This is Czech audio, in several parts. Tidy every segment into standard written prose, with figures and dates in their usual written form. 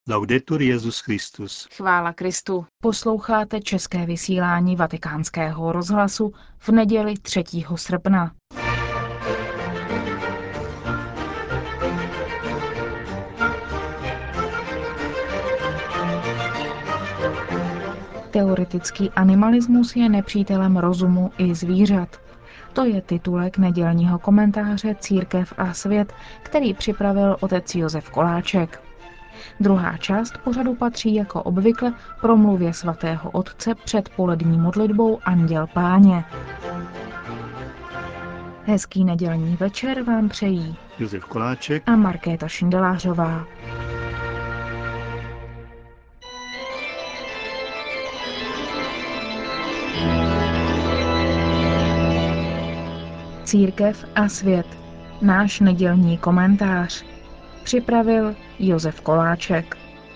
Laudetur Jesus Christus. Chvála Kristu. Posloucháte české vysílání Vatikánského rozhlasu v neděli 3. srpna. Teoretický animalismus je nepřítelem rozumu i zvířat. To je titulek nedělního komentáře Církev a svět, který připravil otec Josef Koláček. Druhá část pořadu patří jako obvykle promluvě svatého otce před polední modlitbou Anděl Páně. Hezký nedělní večer vám přejí Josef Koláček a Markéta Šindelářová. Církev a svět. Náš nedělní komentář. Připravil Josef Koláček.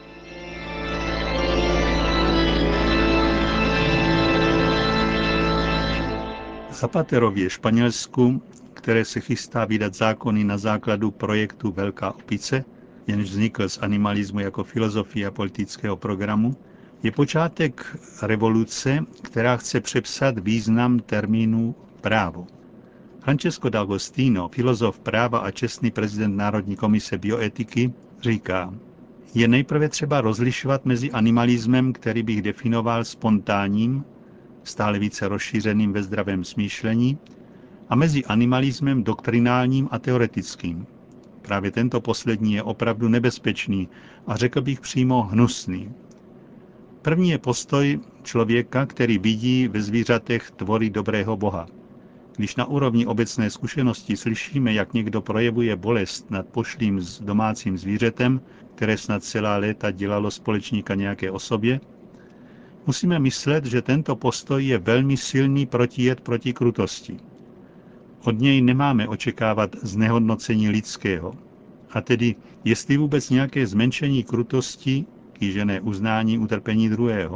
V Zapaterově Španělsku, které se chystá vydat zákony na základu projektu Velká opice, jenž vznikl z animalismu jako filozofie a politického programu, je počátek revoluce, která chce přepsat význam termínu právo. Francesco D'Agostino, filozof práva a čestný prezident Národní komise bioetiky, říká, je nejprve třeba rozlišovat mezi animalismem, který bych definoval spontánním, stále více rozšířeným ve zdravém smýšlení, a mezi animalismem doktrinálním a teoretickým. Právě tento poslední je opravdu nebezpečný a řekl bych přímo hnusný. První je postoj člověka, který vidí ve zvířatech tvory dobrého Boha. Když na úrovni obecné zkušenosti slyšíme, jak někdo projevuje bolest nad pošlým domácím zvířetem, které snad celá léta dělalo společníka nějaké osobě, musíme myslet, že tento postoj je velmi silný protijed proti krutosti. Od něj nemáme očekávat znehodnocení lidského, a tedy jestli vůbec nějaké zmenšení krutosti, kýžené uznání utrpení druhého.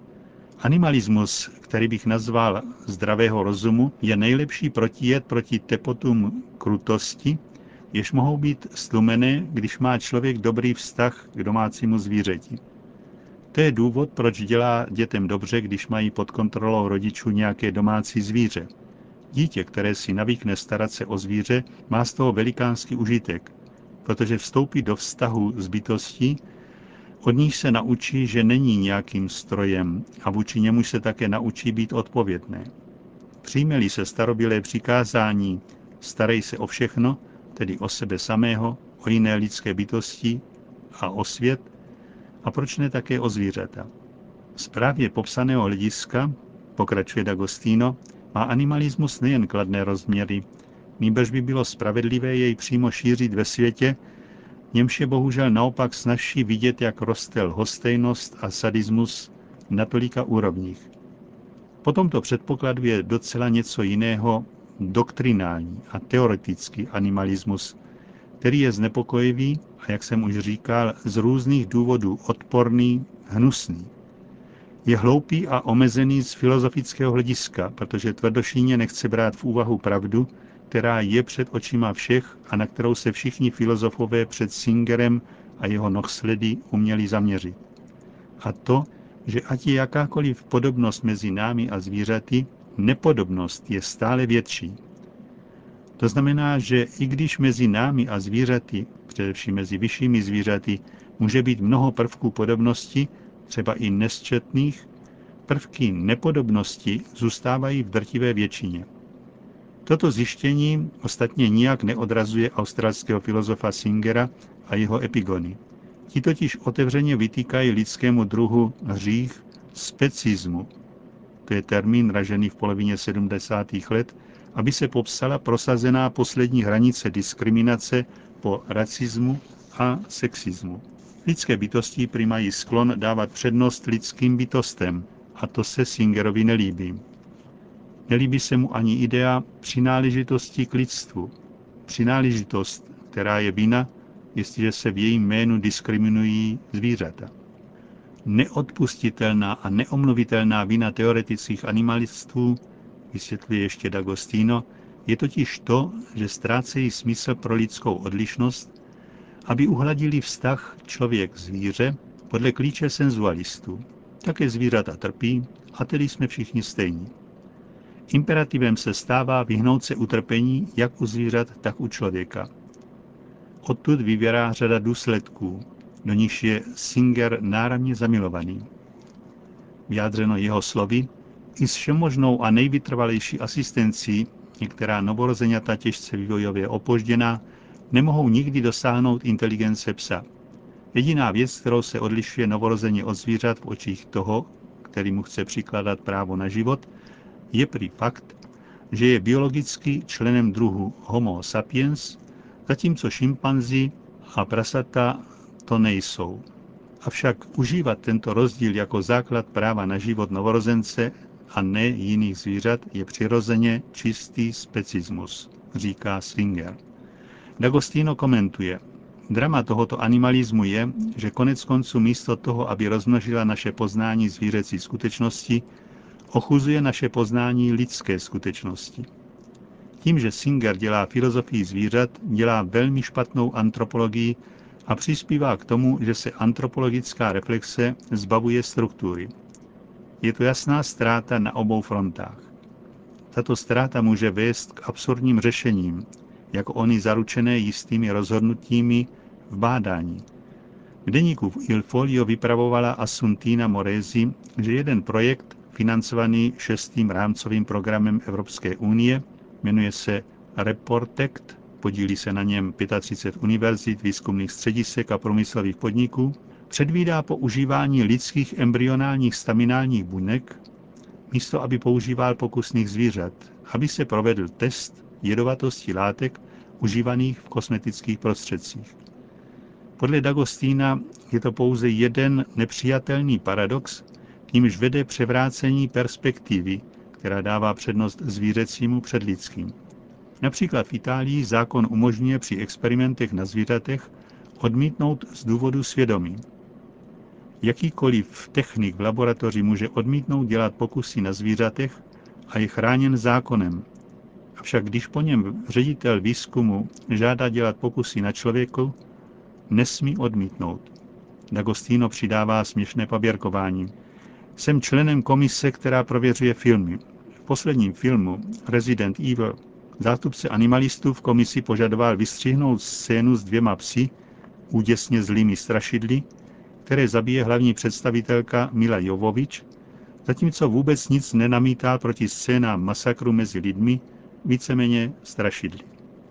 Animalismus, který bych nazval zdravého rozumu, je nejlepší protijed proti tepotům krutosti, jež mohou být stlumené, když má člověk dobrý vztah k domácímu zvířeti. To je důvod, proč dělá dětem dobře, když mají pod kontrolou rodičů nějaké domácí zvíře. Dítě, které si navykne starat se o zvíře, má z toho velikánský užitek, protože vstoupí do vztahu s bytostí, od níž se naučí, že není nějakým strojem a vůči němu se také naučí být odpovědné. Přijme-li se starobylé přikázání, starej se o všechno, tedy o sebe samého, o jiné lidské bytosti a o svět, a proč ne také o zvířata. Z právě popsaného hlediska, pokračuje D'Agostino, má animalismus nejen kladné rozměry, nýbrž by bylo spravedlivé jej přímo šířit ve světě, němž je bohužel naopak snazší vidět, jak roste lhostejnost a sadismus na tolika úrovních. Po tomto předpokladu je docela něco jiného doktrinální a teoretický animalismus, který je znepokojivý a, jak jsem už říkal, z různých důvodů odporný, hnusný. Je hloupý a omezený z filozofického hlediska, protože tvrdošíjně nechce brát v úvahu pravdu, která je před očima všech a na kterou se všichni filozofové před Singerem a jeho nohsledy uměli zaměřit. A to, že ať je jakákoliv podobnost mezi námi a zvířaty, nepodobnost je stále větší. To znamená, že i když mezi námi a zvířaty, především mezi vyššími zvířaty, může být mnoho prvků podobnosti, třeba i nesčetných, prvky nepodobnosti zůstávají v drtivé většině. Toto zjištění ostatně nijak neodrazuje australského filozofa Singera a jeho epigony. Ti totiž otevřeně vytýkají lidskému druhu hřích specismu. To je termín ražený v polovině 70. let, aby se popsala prosazená poslední hranice diskriminace po racismu a sexismu. Lidské bytosti prý mají sklon dávat přednost lidským bytostem, a to se Singerovi nelíbí. Nelíbí se mu ani idea přináležitosti k lidstvu. Přináležitost, která je vina, jestliže se v jejím jménu diskriminují zvířata. Neodpustitelná a neomluvitelná vina teoretických animalistů, vysvětluje ještě D'Agostino, je totiž to, že ztrácejí smysl pro lidskou odlišnost aby uhladili vztah člověk-zvíře podle klíče senzualistů. Také zvířata trpí, a tedy jsme všichni stejní. Imperativem se stává vyhnout se utrpení jak u zvířat, tak u člověka. Odtud vyvěrá řada důsledků, do níž je Singer náramně zamilovaný. Vyjádřeno jeho slovy, i s všemožnou a nejvytrvalejší asistencí některá novorozeňata těžce vývojově opožděná nemohou nikdy dosáhnout inteligence psa. Jediná věc, kterou se odlišuje novorozeně od zvířat v očích toho, který mu chce přikládat právo na život, je prý fakt, že je biologicky členem druhu Homo sapiens, zatímco šimpanzi a prasata to nejsou. Avšak užívat tento rozdíl jako základ práva na život novorozence a ne jiných zvířat je přirozeně čistý specismus, říká Singer. D'Agostino komentuje, drama tohoto animalismu je, že konec konců místo toho, aby rozmnožila naše poznání zvířecí skutečnosti, ochuzuje naše poznání lidské skutečnosti. Tím, že Singer dělá filozofii zvířat, dělá velmi špatnou antropologii a přispívá k tomu, že se antropologická reflexe zbavuje struktury. Je to jasná ztráta na obou frontách. Tato ztráta může vést k absurdním řešením, jako ony zaručené jistými rozhodnutími v bádání. V deníku Il Foglio vypravovala Assuntina Moresi, že jeden projekt, financovaný 6. rámcovým programem Evropské unie, jmenuje se Reportect, podílí se na něm 35 univerzit, výzkumných středisek a průmyslových podniků, předvídá používání lidských embryonálních staminálních buněk, místo aby používal pokusných zvířat, aby se provedl test jedovatosti látek užívaných v kosmetických prostředcích. Podle D'Agostina je to pouze jeden nepřijatelný paradox, k nímž vede převrácení perspektivy, která dává přednost zvířecímu před lidským. Například v Itálii zákon umožňuje při experimentech na zvířatech odmítnout z důvodu svědomí. Jakýkoliv technik v laboratoři může odmítnout dělat pokusy na zvířatech a je chráněn zákonem. Avšak když po něm ředitel výzkumu žádá dělat pokusy na člověku, nesmí odmítnout. D'Agostino přidává směšné paběrkování. Jsem členem komise, která prověřuje filmy. V posledním filmu Resident Evil zástupce animalistů v komisi požadoval vystřihnout scénu s 2 psy, úděsně zlými strašidly, které zabije hlavní představitelka Mila Jovovič, zatímco vůbec nic nenamítá proti scénám masakru mezi lidmi, víceméně strašidly.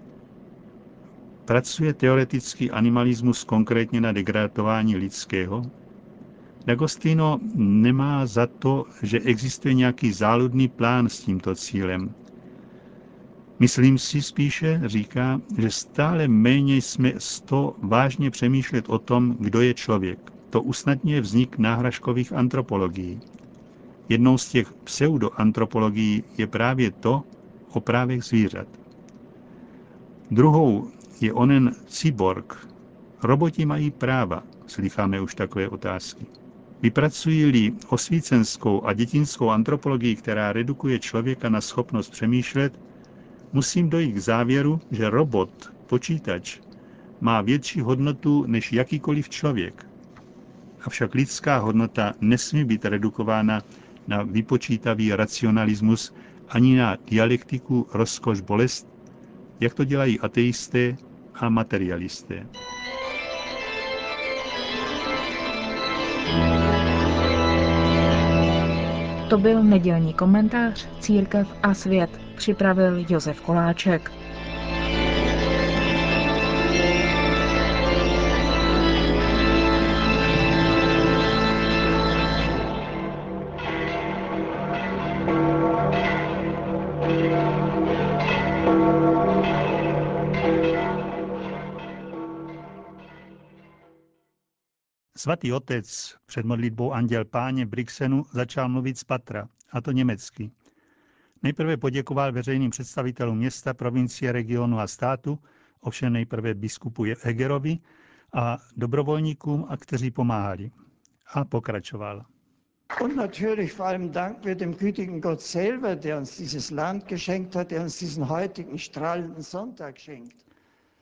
Pracuje teoretický animalismus konkrétně na degradování lidského? D'Agostino nemá za to, že existuje nějaký záludný plán s tímto cílem. Myslím si spíše, říká, že stále méně jsme z toho vážně přemýšlet o tom, kdo je člověk. To usnadňuje vznik náhražkových antropologií. Jednou z těch pseudoantropologií je právě to o právech zvířat. Druhou je onen cyborg. Roboti mají práva, slycháme už takové otázky. Vypracují-li osvícenskou a dětinskou antropologii, která redukuje člověka na schopnost přemýšlet, musím dojít k závěru, že robot, počítač, má větší hodnotu než jakýkoliv člověk. Avšak lidská hodnota nesmí být redukována na vypočítavý racionalismus ani na dialektiku rozkoš-bolest, jak to dělají ateisté a materialisté. To byl nedělní komentář Církev a svět. Připravil Josef Koláček. Svatý otec před modlitbou Anděl Páně v Brixenu začal mluvit z patra, a to německy. Nejprve poděkoval veřejným představitelům města, provincie, regionu a státu, ovšem nejprve biskupu Hegerovi a dobrovolníkům, a kteří pomáhali. A pokračoval. Und natürlich vor allem danken wir dem gütigen Gott selber, der uns dieses Land geschenkt hat, der uns diesen heutigen strahlenden Sonntag schenkt.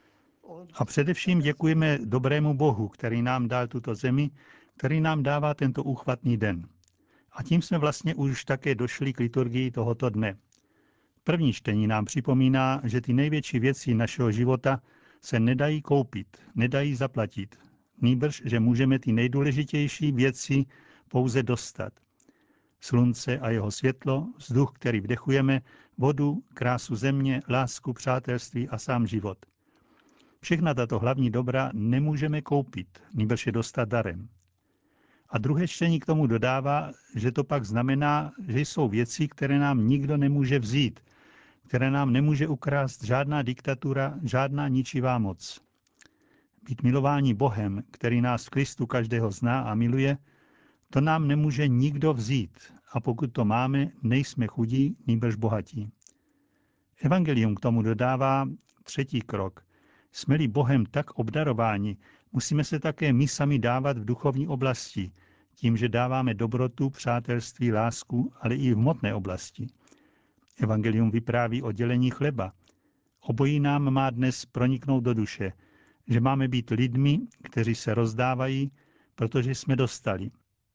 A především děkujeme dobrému Bohu, který nám dal tuto zemi, který nám dává tento úchvatný den. A tím jsme vlastně už také došli k liturgii tohoto dne. První čtení nám připomíná, že ty největší věci našeho života se nedají koupit, nedají zaplatit. Nýbrž, že můžeme ty nejdůležitější věci pouze dostat. Slunce a jeho světlo, vzduch, který vdechujeme, vodu, krásu země, lásku, přátelství a sám život. Všechna tato hlavní dobra nemůžeme koupit, nýbrž je dostat darem. A druhé čtení k tomu dodává, že to pak znamená, že jsou věci, které nám nikdo nemůže vzít, které nám nemůže ukrást žádná diktatura, žádná ničivá moc. Být milování Bohem, který nás v Kristu každého zná a miluje, to nám nemůže nikdo vzít a pokud to máme, nejsme chudí, nýbrž bohatí. Evangelium k tomu dodává třetí krok. Jsme-li Bohem tak obdarováni, musíme se také my sami dávat v duchovní oblasti, tím, že dáváme dobrotu, přátelství, lásku, ale i v hmotné oblasti. Evangelium vypráví o dělení chleba. Obojí nám má dnes proniknout do duše, že máme být lidmi, kteří se rozdávají, protože jsme dostali.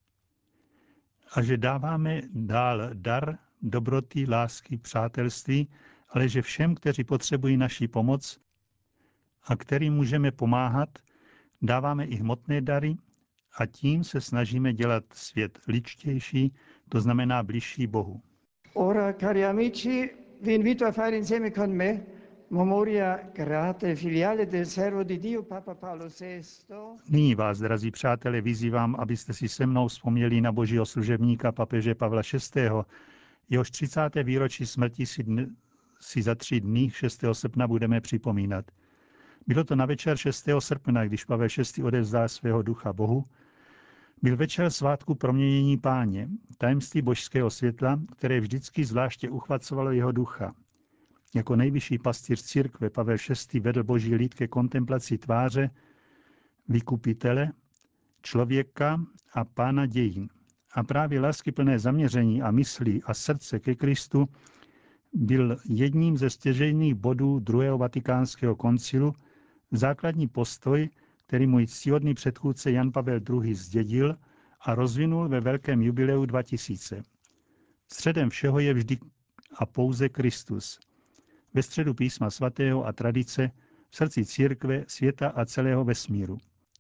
A že dáváme dál dar dobroty, lásky, přátelství, ale že všem, kteří potřebují naši pomoc a kterým můžeme pomáhat, dáváme i hmotné dary a tím se snažíme dělat svět lidštější, to znamená bližší Bohu. Ora, cari amici, vi invito a fare insieme con me Memoria Grate Filiale del Servo di Dio Papa Paolo VI. Nyní vás, drazí přátelé, vyzývám, abyste si se mnou vzpomněli na božího služebníka papeže Pavla VI. Jehož 30. výročí smrti si za 3 dny 6. srpna budeme připomínat. Bylo to na večer 6. srpna, když Pavel VI. Odevzdal svého ducha Bohu. Byl večer svátku proměnění Páně, tajemství božského světla, které vždycky zvláště uchvacovalo jeho ducha. Jako nejvyšší pastýř církve Pavel VI. Vedl boží lid ke kontemplaci tváře vykupitele, člověka a pána dějin. A právě láskyplné zaměření a myslí a srdce ke Kristu byl jedním ze stěžejních bodů druhého vatikánského koncilu, základní postoj, který můj ctihodný předchůdce Jan Pavel II. Zdědil a rozvinul ve velkém jubileu 2000. Středem všeho je vždy a pouze Kristus. Ve středu písma svatého a tradice, v srdci církve, světa a celého vesmíru.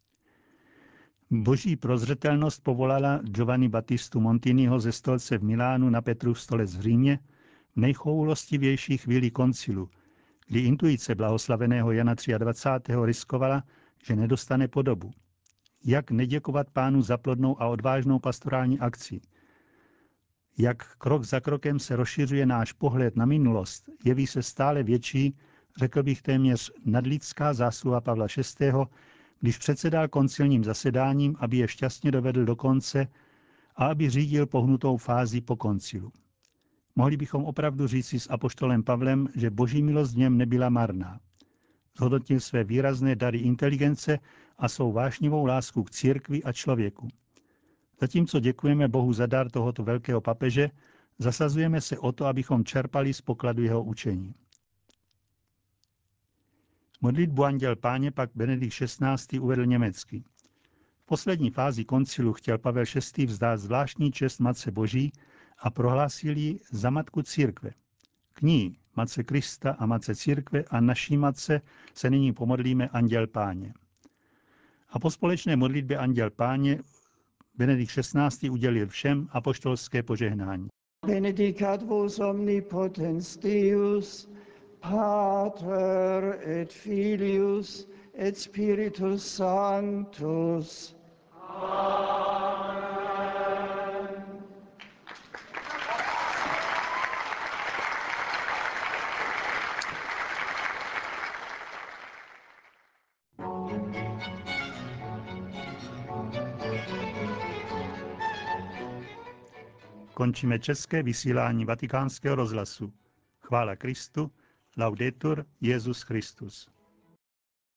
Boží prozřetelnost povolala Giovanni Battistu Montiniho ze stolce v Milánu na Petrův stolec v Římě v nejchoulostivější chvíli koncilu, kdy intuice blahoslaveného Jana 23. riskovala, že nedostane podobu. Jak neděkovat Pánu za plodnou a odvážnou pastorální akci? Jak krok za krokem se rozšiřuje náš pohled na minulost, jeví se stále větší, řekl bych téměř nadlidská zásluha Pavla VI., když předsedal koncilním zasedáním, aby je šťastně dovedl do konce a aby řídil pohnutou fázi po koncilu. Mohli bychom opravdu říci s apoštolem Pavlem, že boží milost v něm nebyla marná. Zhodnotil své výrazné dary inteligence a svou vášnivou lásku k církvi a člověku. Zatímco děkujeme Bohu za dar tohoto velkého papeže, zasazujeme se o to, abychom čerpali z pokladu jeho učení. Modlitbu Anděl Páně pak Benedikt XVI. Uvedl německy. V poslední fázi koncilu chtěl Pavel VI. Vzdát zvláštní čest Matce Boží a prohlásil ji za matku církve. K ní, Matce Krista a Matce církve a naší matce, se nyní pomodlíme Anděl Páně. A po společné modlitbě Anděl Páně Benedikt XVI. Udělil všem apoštolské požehnání. Benedicat vos omnipotens Deus, Pater et Filius et Spiritus Sanctus. Končíme české vysílání Vatikánského rozhlasu. Chvála Kristu, laudetur Jesus Christus.